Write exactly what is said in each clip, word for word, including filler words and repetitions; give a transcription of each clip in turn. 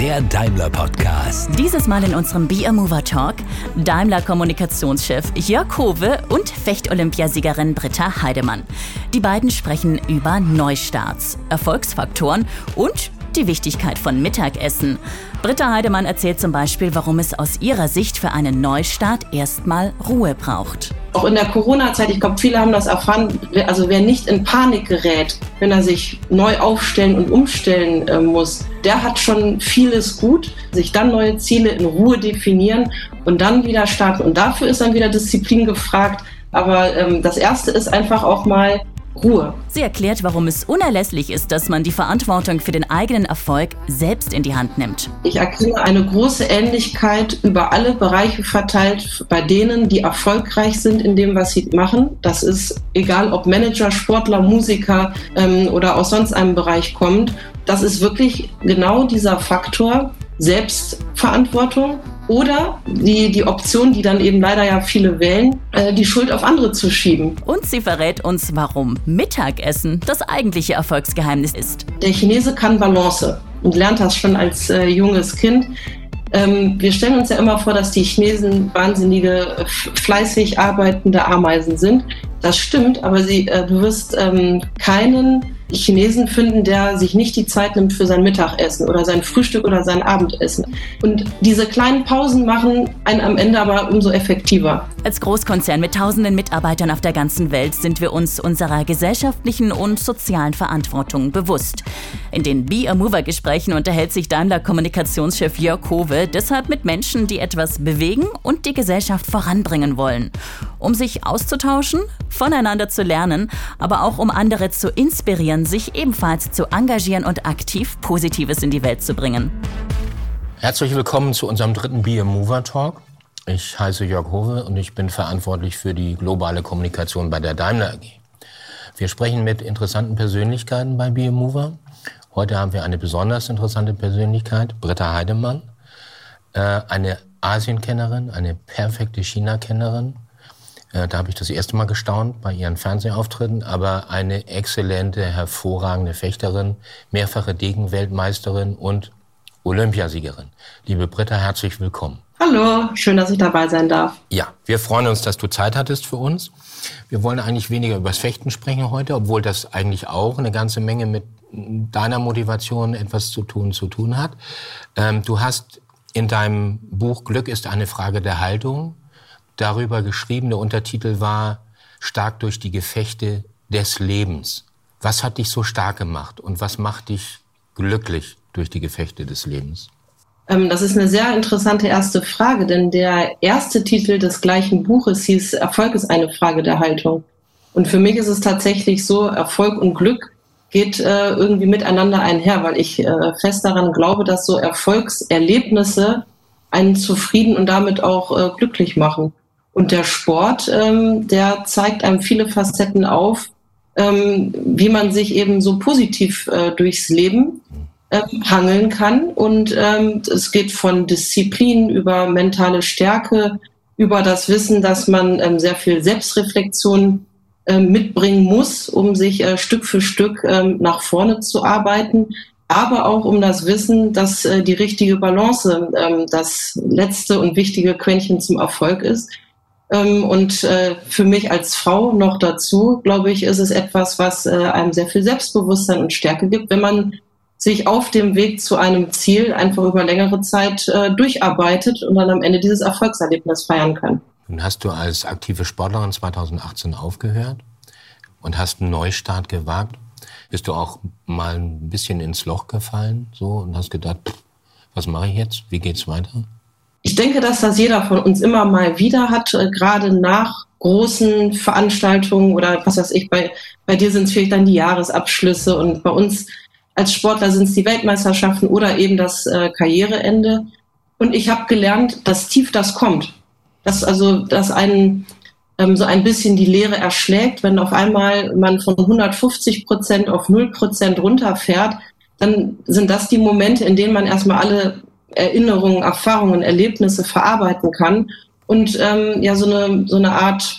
der Daimler-Podcast. Dieses Mal in unserem Be a Mover Talk Daimler-Kommunikationschef Jörg Howe und Fecht-Olympiasiegerin Britta Heidemann. Die beiden sprechen über Neustarts, Erfolgsfaktoren und die Wichtigkeit von Mittagessen. Britta Heidemann erzählt zum Beispiel, warum es aus ihrer Sicht für einen Neustart erstmal Ruhe braucht. Auch in der Corona-Zeit, ich glaube, viele haben das erfahren, also wer nicht in Panik gerät, wenn er sich neu aufstellen und umstellen äh, muss, der hat schon vieles gut, sich dann neue Ziele in Ruhe definieren und dann wieder starten. Und dafür ist dann wieder Disziplin gefragt. Aber ähm, das Erste ist einfach auch mal Ruhe. Sie erklärt, warum es unerlässlich ist, dass man die Verantwortung für den eigenen Erfolg selbst in die Hand nimmt. Ich erkenne eine große Ähnlichkeit über alle Bereiche verteilt bei denen, die erfolgreich sind in dem, was sie machen. Das ist egal, ob Manager, Sportler, Musiker ähm, oder aus sonst einem Bereich kommt. Das ist wirklich genau dieser Faktor Selbstverantwortung. Oder die, die Option, die dann eben leider ja viele wählen, äh, die Schuld auf andere zu schieben. Und sie verrät uns, warum Mittagessen das eigentliche Erfolgsgeheimnis ist. Der Chinese kann Balance und lernt das schon als äh, junges Kind. Ähm, wir stellen uns ja immer vor, dass die Chinesen wahnsinnige, f- fleißig arbeitende Ameisen sind. Das stimmt, aber sie, äh, du wirst ähm, keinen Chinesen finden, der sich nicht die Zeit nimmt für sein Mittagessen oder sein Frühstück oder sein Abendessen. Und diese kleinen Pausen machen einen am Ende aber umso effektiver. Als Großkonzern mit tausenden Mitarbeitern auf der ganzen Welt sind wir uns unserer gesellschaftlichen und sozialen Verantwortung bewusst. In den Be a Mover Gesprächen unterhält sich Daimler-Kommunikationschef Jörg Howe deshalb mit Menschen, die etwas bewegen und die Gesellschaft voranbringen wollen. Um sich auszutauschen, voneinander zu lernen, aber auch um andere zu inspirieren, sich ebenfalls zu engagieren und aktiv Positives in die Welt zu bringen. Herzlich willkommen zu unserem dritten Be a Mover Talk. Ich heiße Jörg Howe und ich bin verantwortlich für die globale Kommunikation bei der Daimler A G. Wir sprechen mit interessanten Persönlichkeiten bei Be a Mover. Heute haben wir eine besonders interessante Persönlichkeit, Britta Heidemann, eine Asienkennerin, eine perfekte China-Kennerin. Da habe ich das erste Mal gestaunt bei ihren Fernsehauftritten, aber eine exzellente, hervorragende Fechterin, mehrfache Degenweltmeisterin und Olympiasiegerin. Liebe Britta, herzlich willkommen. Hallo, schön, dass ich dabei sein darf. Ja, wir freuen uns, dass du Zeit hattest für uns. Wir wollen eigentlich weniger über das Fechten sprechen heute, obwohl das eigentlich auch eine ganze Menge mit deiner Motivation etwas zu tun, zu tun hat. Ähm, du hast in deinem Buch Glück ist eine Frage der Haltung darüber geschrieben, der Untertitel war Stark durch die Gefechte des Lebens. Was hat dich so stark gemacht und was macht dich glücklich durch die Gefechte des Lebens? Ähm, das ist eine sehr interessante erste Frage, denn der erste Titel des gleichen Buches hieß Erfolg ist eine Frage der Haltung. Und für mich ist es tatsächlich so, Erfolg und Glück geht äh, irgendwie miteinander einher, weil ich äh, fest daran glaube, dass so Erfolgserlebnisse einen zufrieden und damit auch äh, glücklich machen. Und der Sport, ähm, der zeigt einem viele Facetten auf, ähm, wie man sich eben so positiv äh, durchs Leben äh, hangeln kann. Und ähm, es geht von Disziplin über mentale Stärke, über das Wissen, dass man ähm, sehr viel Selbstreflexion äh, mitbringen muss, um sich äh, Stück für Stück äh, nach vorne zu arbeiten. Aber auch um das Wissen, dass äh, die richtige Balance äh, das letzte und wichtige Quäntchen zum Erfolg ist. Ähm, und äh, für mich als Frau noch dazu, glaube ich, ist es etwas, was äh, einem sehr viel Selbstbewusstsein und Stärke gibt, wenn man sich auf dem Weg zu einem Ziel einfach über längere Zeit äh, durcharbeitet und dann am Ende dieses Erfolgserlebnis feiern kann. Nun hast du als aktive Sportlerin zweitausendachtzehn aufgehört und hast einen Neustart gewagt. Bist du auch mal ein bisschen ins Loch gefallen so und hast gedacht, pff, was mache ich jetzt? Wie geht's weiter? Ich denke, dass das jeder von uns immer mal wieder hat, äh, gerade nach großen Veranstaltungen oder was weiß ich, bei, bei dir sind es vielleicht dann die Jahresabschlüsse und bei uns als Sportler sind es die Weltmeisterschaften oder eben das äh, Karriereende. Und ich habe gelernt, dass tief das kommt. Dass also, dass einen ähm, so ein bisschen die Leere erschlägt, wenn auf einmal man von hundertfünfzig Prozent auf null Prozent runterfährt, dann sind das die Momente, in denen man erstmal alle Erinnerungen, Erfahrungen, Erlebnisse verarbeiten kann und ähm, ja so eine so eine Art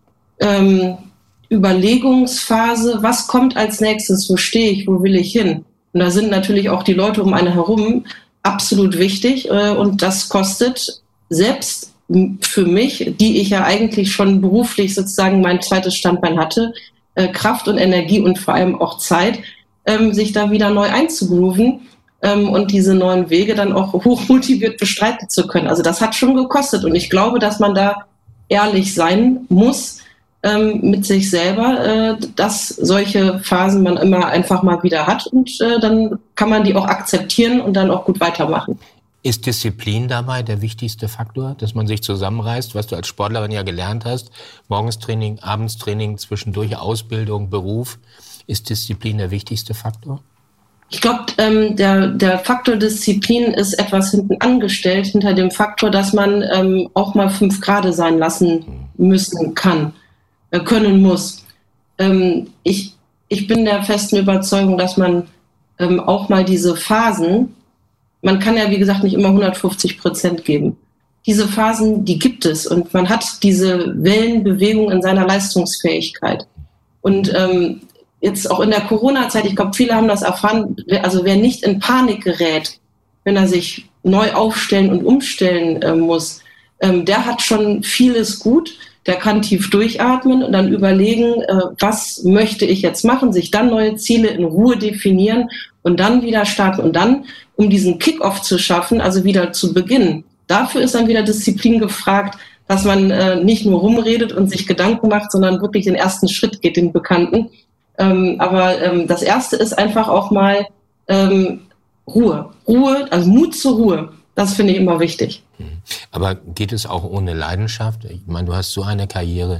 ähm, Überlegungsphase, was kommt als nächstes, wo stehe ich, wo will ich hin? Und da sind natürlich auch die Leute um einen herum absolut wichtig äh, und das kostet selbst für mich, die ich ja eigentlich schon beruflich sozusagen mein zweites Standbein hatte, äh, Kraft und Energie und vor allem auch Zeit, ähm, sich da wieder neu einzugrooven ähm, und diese neuen Wege dann auch hochmotiviert bestreiten zu können. Also das hat schon gekostet und ich glaube, dass man da ehrlich sein muss ähm, mit sich selber, äh, dass solche Phasen man immer einfach mal wieder hat und äh, dann kann man die auch akzeptieren und dann auch gut weitermachen. Ist Disziplin dabei der wichtigste Faktor, dass man sich zusammenreißt, was du als Sportlerin ja gelernt hast? Morgens Training, abends Training, zwischendurch Ausbildung, Beruf. Ist Disziplin der wichtigste Faktor? Ich glaube, ähm, der, der Faktor Disziplin ist etwas hinten angestellt, hinter dem Faktor, dass man ähm, auch mal fünf Grade sein lassen müssen kann, äh, können muss. Ähm, ich, ich bin der festen Überzeugung, dass man ähm, auch mal diese Phasen, man kann ja, wie gesagt, nicht immer hundertfünfzig Prozent geben. Diese Phasen, die gibt es und man hat diese Wellenbewegung in seiner Leistungsfähigkeit. Und ähm, jetzt auch in der Corona-Zeit, ich glaube, viele haben das erfahren, also wer nicht in Panik gerät, wenn er sich neu aufstellen und umstellen äh, muss, ähm, der hat schon vieles gut. Der kann tief durchatmen und dann überlegen, äh, was möchte ich jetzt machen, sich dann neue Ziele in Ruhe definieren und dann wieder starten und dann, um diesen Kick-Off zu schaffen, also wieder zu beginnen. Dafür ist dann wieder Disziplin gefragt, dass man äh, nicht nur rumredet und sich Gedanken macht, sondern wirklich den ersten Schritt geht, den Bekannten. Ähm, aber ähm, das Erste ist einfach auch mal ähm, Ruhe. Ruhe, also Mut zur Ruhe. Das finde ich immer wichtig. Aber geht es auch ohne Leidenschaft? Ich meine, du hast so eine Karriere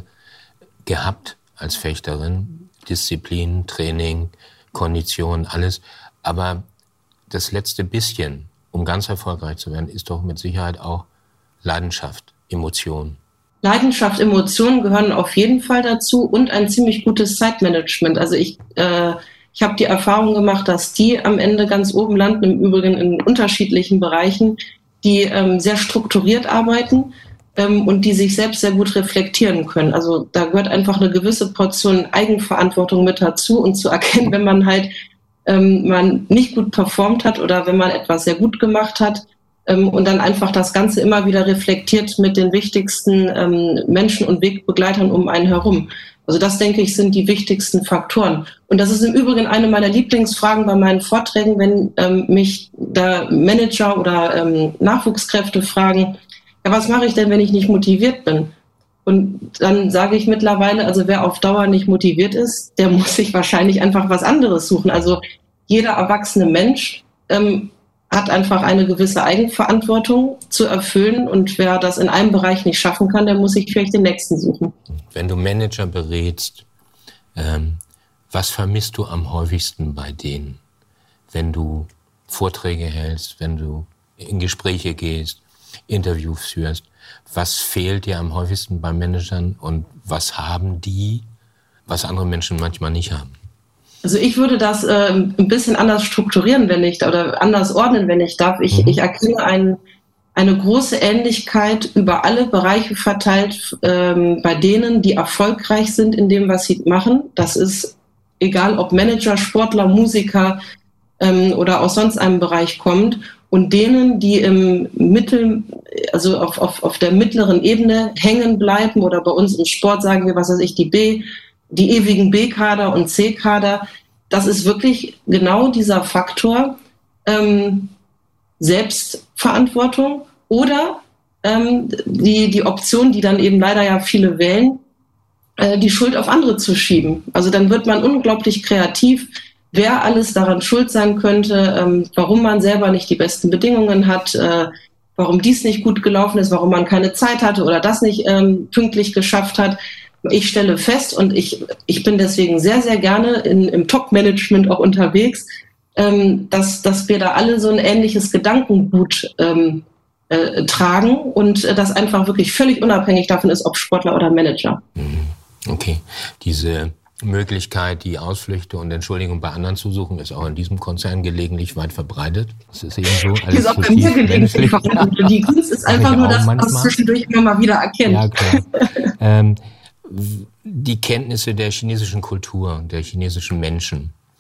gehabt als Fechterin. Disziplin, Training, Kondition, alles. Aber das letzte bisschen, um ganz erfolgreich zu werden, ist doch mit Sicherheit auch Leidenschaft, Emotion. Leidenschaft, Emotionen gehören auf jeden Fall dazu und ein ziemlich gutes Zeitmanagement. Also ich, äh, ich habe die Erfahrung gemacht, dass die am Ende ganz oben landen, im Übrigen in unterschiedlichen Bereichen, die ähm, sehr strukturiert arbeiten ähm, und die sich selbst sehr gut reflektieren können. Also da gehört einfach eine gewisse Portion Eigenverantwortung mit dazu und zu erkennen, wenn man halt ähm, man nicht gut performt hat oder wenn man etwas sehr gut gemacht hat, und dann einfach das Ganze immer wieder reflektiert mit den wichtigsten ähm, Menschen und Wegbegleitern um einen herum. Also das, denke ich, sind die wichtigsten Faktoren. Und das ist im Übrigen eine meiner Lieblingsfragen bei meinen Vorträgen, wenn ähm, mich da Manager oder ähm, Nachwuchskräfte fragen, ja, was mache ich denn, wenn ich nicht motiviert bin? Und dann sage ich mittlerweile, also wer auf Dauer nicht motiviert ist, der muss sich wahrscheinlich einfach was anderes suchen. Also jeder erwachsene Mensch ähm, hat einfach eine gewisse Eigenverantwortung zu erfüllen und wer das in einem Bereich nicht schaffen kann, der muss sich vielleicht den nächsten suchen. Wenn du Manager berätst, ähm, was vermisst du am häufigsten bei denen, wenn du Vorträge hältst, wenn du in Gespräche gehst, Interviews führst? Was fehlt dir am häufigsten bei Managern und was haben die, was andere Menschen manchmal nicht haben? Also ich würde das äh, ein bisschen anders strukturieren, wenn ich, oder anders ordnen, wenn ich darf. Ich, mhm. ich erkenne ein, eine große Ähnlichkeit über alle Bereiche verteilt ähm, bei denen, die erfolgreich sind in dem, was sie machen. Das ist egal, ob Manager, Sportler, Musiker ähm, oder aus sonst einem Bereich kommt. Und denen, die im Mittel, also auf, auf, auf der mittleren Ebene hängen bleiben oder bei uns im Sport sagen wir, was weiß ich, die B, die ewigen B-Kader und C-Kader, das ist wirklich genau dieser Faktor ähm, Selbstverantwortung oder ähm, die, die Option, die dann eben leider ja viele wählen, äh, die Schuld auf andere zu schieben. Also dann wird man unglaublich kreativ, wer alles daran schuld sein könnte, ähm, warum man selber nicht die besten Bedingungen hat, äh, warum dies nicht gut gelaufen ist, warum man keine Zeit hatte oder das nicht ähm, pünktlich geschafft hat. Ich stelle fest, und ich, ich bin deswegen sehr, sehr gerne in, im Top-Management auch unterwegs, ähm, dass, dass wir da alle so ein ähnliches Gedankengut ähm, äh, tragen und äh, das einfach wirklich völlig unabhängig davon ist, ob Sportler oder Manager. Okay, diese Möglichkeit, die Ausflüchte und Entschuldigungen bei anderen zu suchen, ist auch in diesem Konzern gelegentlich weit verbreitet. Das ist eben so. Alles ist auch bei mir gelegentlich verbreitet. Die Kunst ist einfach nur das, was man zwischendurch immer mal wieder erkennt. Ja, klar. ähm, die Kenntnisse der chinesischen Kultur, der chinesischen Menschen,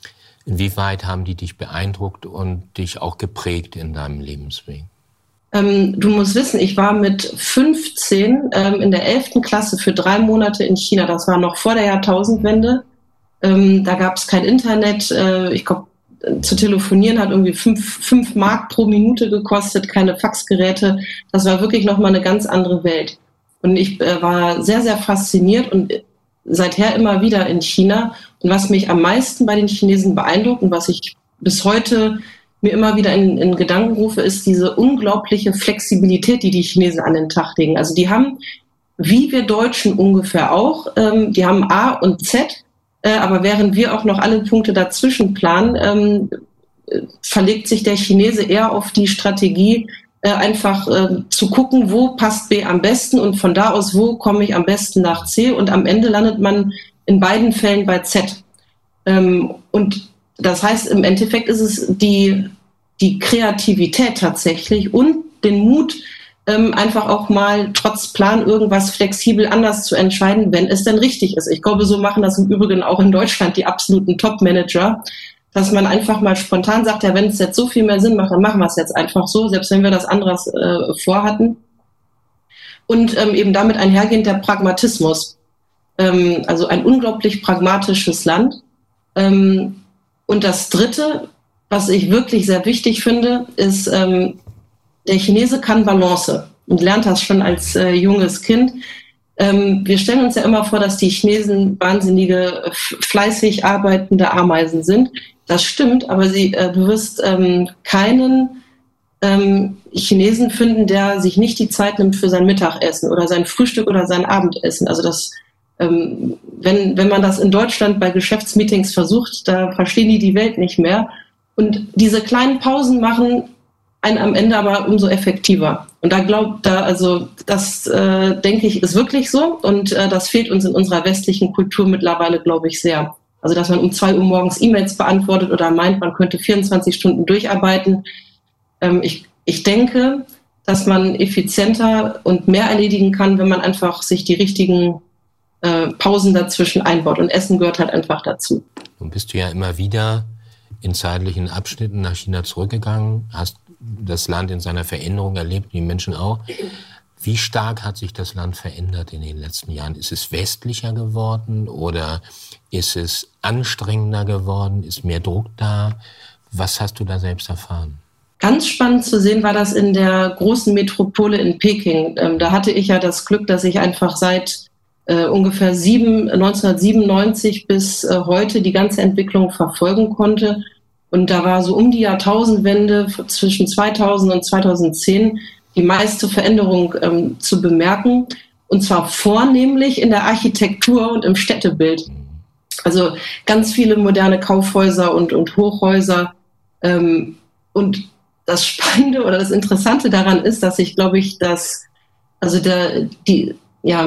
Inwieweit haben die dich beeindruckt und dich auch geprägt in deinem Lebensweg? Ähm, du musst wissen, ich war mit fünfzehn ähm, in der elften Klasse für drei Monate in China. Das war noch vor der Jahrtausendwende. Ähm, da gab es kein Internet. Äh, ich glaube, zu telefonieren hat irgendwie fünf, fünf Mark pro Minute gekostet, keine Faxgeräte. Das war wirklich nochmal eine ganz andere Welt. Und ich äh, war sehr, sehr fasziniert und seither immer wieder in China. Und was mich am meisten bei den Chinesen beeindruckt und was ich bis heute mir immer wieder in, in Gedanken rufe, ist diese unglaubliche Flexibilität, die die Chinesen an den Tag legen. Also die haben, wie wir Deutschen ungefähr auch, ähm, die haben A und Z, äh, aber während wir auch noch alle Punkte dazwischen planen, ähm, verlegt sich der Chinese eher auf die Strategie, äh, einfach äh, zu gucken, wo passt B am besten und von da aus, wo komme ich am besten nach C, und am Ende landet man in beiden Fällen bei Z. Ähm, und das heißt, im Endeffekt ist es die, die Kreativität tatsächlich und den Mut, ähm, einfach auch mal trotz Plan irgendwas flexibel anders zu entscheiden, wenn es denn richtig ist. Ich glaube, so machen das im Übrigen auch in Deutschland die absoluten Top-Manager, dass man einfach mal spontan sagt, ja, wenn es jetzt so viel mehr Sinn macht, dann machen wir es jetzt einfach so, selbst wenn wir das anderes äh, vorhatten. Und ähm, eben damit einhergehend der Pragmatismus. Ähm, also ein unglaublich pragmatisches Land. Ähm, Und das Dritte, was ich wirklich sehr wichtig finde, ist, ähm, der Chinese kann Balance und lernt das schon als äh, junges Kind. Ähm, wir stellen uns ja immer vor, dass die Chinesen wahnsinnige, fleißig arbeitende Ameisen sind. Das stimmt, aber sie, äh, du wirst ähm, keinen ähm, Chinesen finden, der sich nicht die Zeit nimmt für sein Mittagessen oder sein Frühstück oder sein Abendessen. Also das Ähm, wenn, wenn man das in Deutschland bei Geschäftsmeetings versucht, da verstehen die die Welt nicht mehr. Und diese kleinen Pausen machen einen am Ende aber umso effektiver. Und da glaubt da, also das äh, denke ich, ist wirklich so. Und äh, das fehlt uns in unserer westlichen Kultur mittlerweile, glaube ich, sehr. Also dass man um zwei Uhr morgens E-Mails beantwortet oder meint, man könnte vierundzwanzig Stunden durcharbeiten. Ähm, ich, ich denke, dass man effizienter und mehr erledigen kann, wenn man einfach sich die richtigen Äh, Pausen dazwischen einbaut. Und Essen gehört halt einfach dazu. Nun bist du ja immer wieder in zeitlichen Abschnitten nach China zurückgegangen, hast das Land in seiner Veränderung erlebt, die Menschen auch. Wie stark hat sich das Land verändert in den letzten Jahren? Ist es westlicher geworden oder ist es anstrengender geworden? Ist mehr Druck da? Was hast du da selbst erfahren? Ganz spannend zu sehen war das in der großen Metropole in Peking. Ähm, da hatte ich ja das Glück, dass ich einfach seit Uh, ungefähr sieben, neunzehnhundertsiebenundneunzig bis uh, heute die ganze Entwicklung verfolgen konnte. Und da war so um die Jahrtausendwende zwischen zweitausend und zweitausendzehn die meiste Veränderung ähm, zu bemerken. Und zwar vornehmlich in der Architektur und im Städtebild. Also ganz viele moderne Kaufhäuser und, und Hochhäuser. Ähm, und das Spannende oder das Interessante daran ist, dass ich, glaube ich, dass also der, die, ja,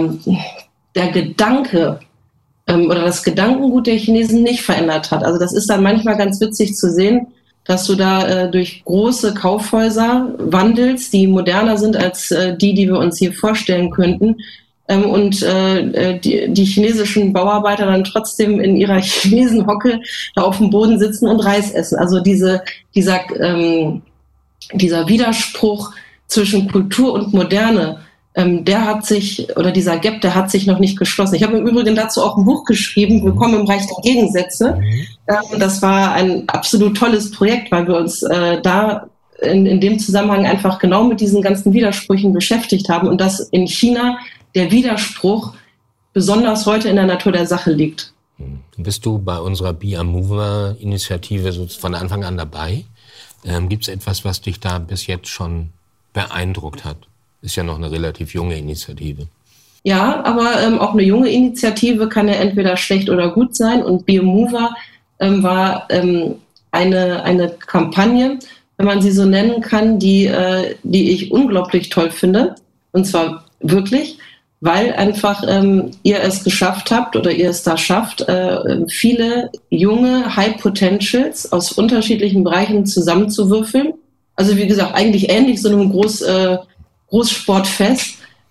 der Gedanke ähm, oder das Gedankengut der Chinesen nicht verändert hat. Also das ist dann manchmal ganz witzig zu sehen, dass du da äh, durch große Kaufhäuser wandelst, die moderner sind als äh, die, die wir uns hier vorstellen könnten. Ähm, und äh, die, die chinesischen Bauarbeiter dann trotzdem in ihrer Chinesenhocke da auf dem Boden sitzen und Reis essen. Also diese, dieser, ähm, dieser Widerspruch zwischen Kultur und Moderne, Ähm, der hat sich, oder dieser Gap, der hat sich noch nicht geschlossen. Ich habe im Übrigen dazu auch ein Buch geschrieben, Willkommen im Reich der Gegensätze. Ähm, das war ein absolut tolles Projekt, weil wir uns äh, da in, in dem Zusammenhang einfach genau mit diesen ganzen Widersprüchen beschäftigt haben und dass in China der Widerspruch besonders heute in der Natur der Sache liegt. Bist du bei unserer Be a Mover-Initiative so von Anfang an dabei? Ähm, gibt es etwas, was dich da bis jetzt schon beeindruckt hat? Ist ja noch eine relativ junge Initiative. Ja, aber ähm, auch eine junge Initiative kann ja entweder schlecht oder gut sein. Und Be a Mover ähm, war ähm, eine, eine Kampagne, wenn man sie so nennen kann, die, äh, die ich unglaublich toll finde. Und zwar wirklich, weil einfach ähm, ihr es geschafft habt oder ihr es da schafft, äh, viele junge High Potentials aus unterschiedlichen Bereichen zusammenzuwürfeln. Also wie gesagt, eigentlich ähnlich so einem Groß... Äh, Großsportfest,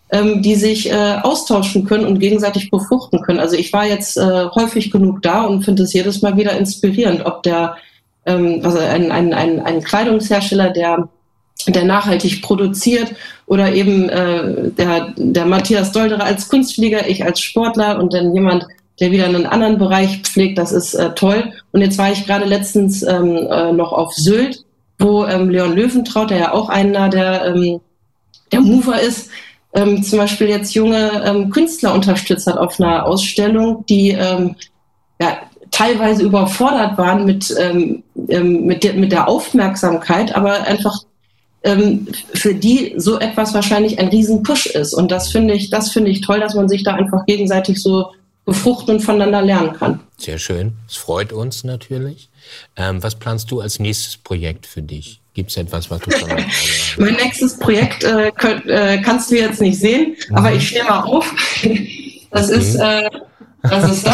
ähm, die sich äh, austauschen können und gegenseitig befruchten können. Also ich war jetzt äh, häufig genug da und finde es jedes Mal wieder inspirierend, ob der ähm, also ein, ein, ein, ein Kleidungshersteller, der der nachhaltig produziert, oder eben äh, der, der Matthias Dolderer als Kunstflieger, ich als Sportler und dann jemand, der wieder einen anderen Bereich pflegt, das ist äh, toll. Und jetzt war ich gerade letztens ähm, äh, noch auf Sylt, wo ähm, Leon Löwentraut, der ja auch einer der, ähm, der Mover ist, ähm, zum Beispiel jetzt junge ähm, Künstler unterstützt hat auf einer Ausstellung, die ähm, ja, teilweise überfordert waren mit, ähm, mit, der, mit der Aufmerksamkeit, aber einfach ähm, für die so etwas wahrscheinlich ein Riesen-Push ist. Und das finde ich, das finde ich toll, dass man sich da einfach gegenseitig so befruchten und voneinander lernen kann. Sehr schön. Es freut uns natürlich. Ähm, was planst du als nächstes Projekt für dich? Gibt es etwas, was du schon mal Mein nächstes Projekt äh, könnt, äh, kannst du jetzt nicht sehen, mhm. aber ich stehe mal auf. Das okay. ist, äh, was ist das?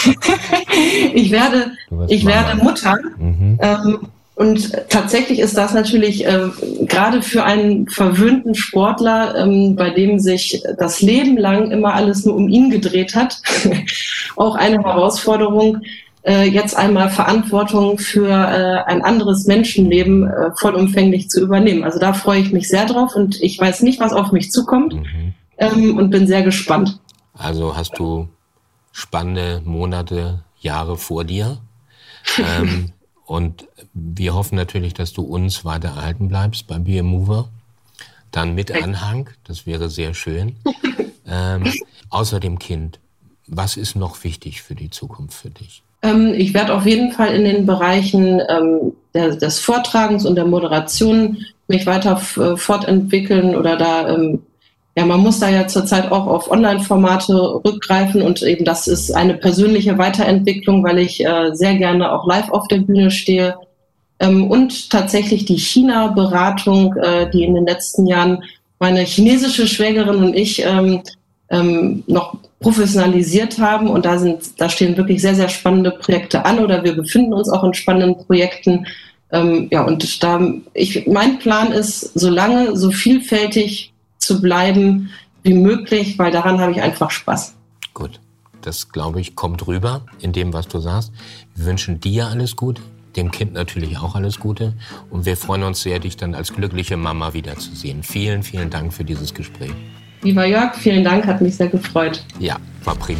ich werde, ich werde Mutter. Mhm. Ähm, Und tatsächlich ist das natürlich äh, gerade für einen verwöhnten Sportler, ähm, bei dem sich das Leben lang immer alles nur um ihn gedreht hat, auch eine Herausforderung, äh, jetzt einmal Verantwortung für äh, ein anderes Menschenleben äh, vollumfänglich zu übernehmen. Also da freue ich mich sehr drauf und ich weiß nicht, was auf mich zukommt, mhm. ähm, und bin sehr gespannt. Also hast du spannende Monate, Jahre vor dir. ähm, Und wir hoffen natürlich, dass du uns weiter erhalten bleibst bei Be a Mover. Dann mit Anhang, das wäre sehr schön. ähm, außer dem Kind, was ist noch wichtig für die Zukunft für dich? Ähm, ich werde auf jeden Fall in den Bereichen ähm, der, des Vortragens und der Moderation mich weiter f- fortentwickeln oder da... Ähm, Ja, man muss da ja zurzeit auch auf Online-Formate rückgreifen und eben das ist eine persönliche Weiterentwicklung, weil ich äh, sehr gerne auch live auf der Bühne stehe. Ähm, und tatsächlich die China-Beratung, äh, die in den letzten Jahren meine chinesische Schwägerin und ich ähm, ähm, noch professionalisiert haben. Und da sind, da stehen wirklich sehr, sehr spannende Projekte an oder wir befinden uns auch in spannenden Projekten. Ähm, ja, und da ich, mein Plan ist, so lange, so vielfältig zu bleiben wie möglich, weil daran habe ich einfach Spaß. Gut, das glaube ich kommt rüber in dem, was du sagst. Wir wünschen dir alles Gute, dem Kind natürlich auch alles Gute und wir freuen uns sehr, dich dann als glückliche Mama wiederzusehen. Vielen, vielen Dank für dieses Gespräch. Lieber Jörg, vielen Dank, hat mich sehr gefreut. Ja, war prima.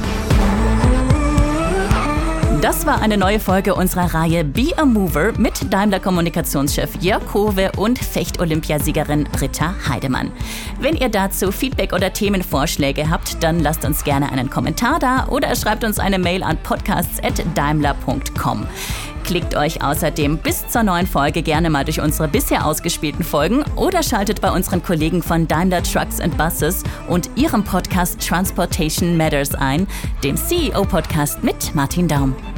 Das war eine neue Folge unserer Reihe Be a Mover mit Daimler-Kommunikationschef Jörg Howe und Fecht-Olympiasiegerin Britta Heidemann. Wenn ihr dazu Feedback oder Themenvorschläge habt, dann lasst uns gerne einen Kommentar da oder schreibt uns eine Mail an podcasts at daimler punkt com. Klickt euch außerdem bis zur neuen Folge gerne mal durch unsere bisher ausgespielten Folgen oder schaltet bei unseren Kollegen von Daimler Trucks and Buses und ihrem Podcast Transportation Matters ein, dem C E O-Podcast mit Martin Daum.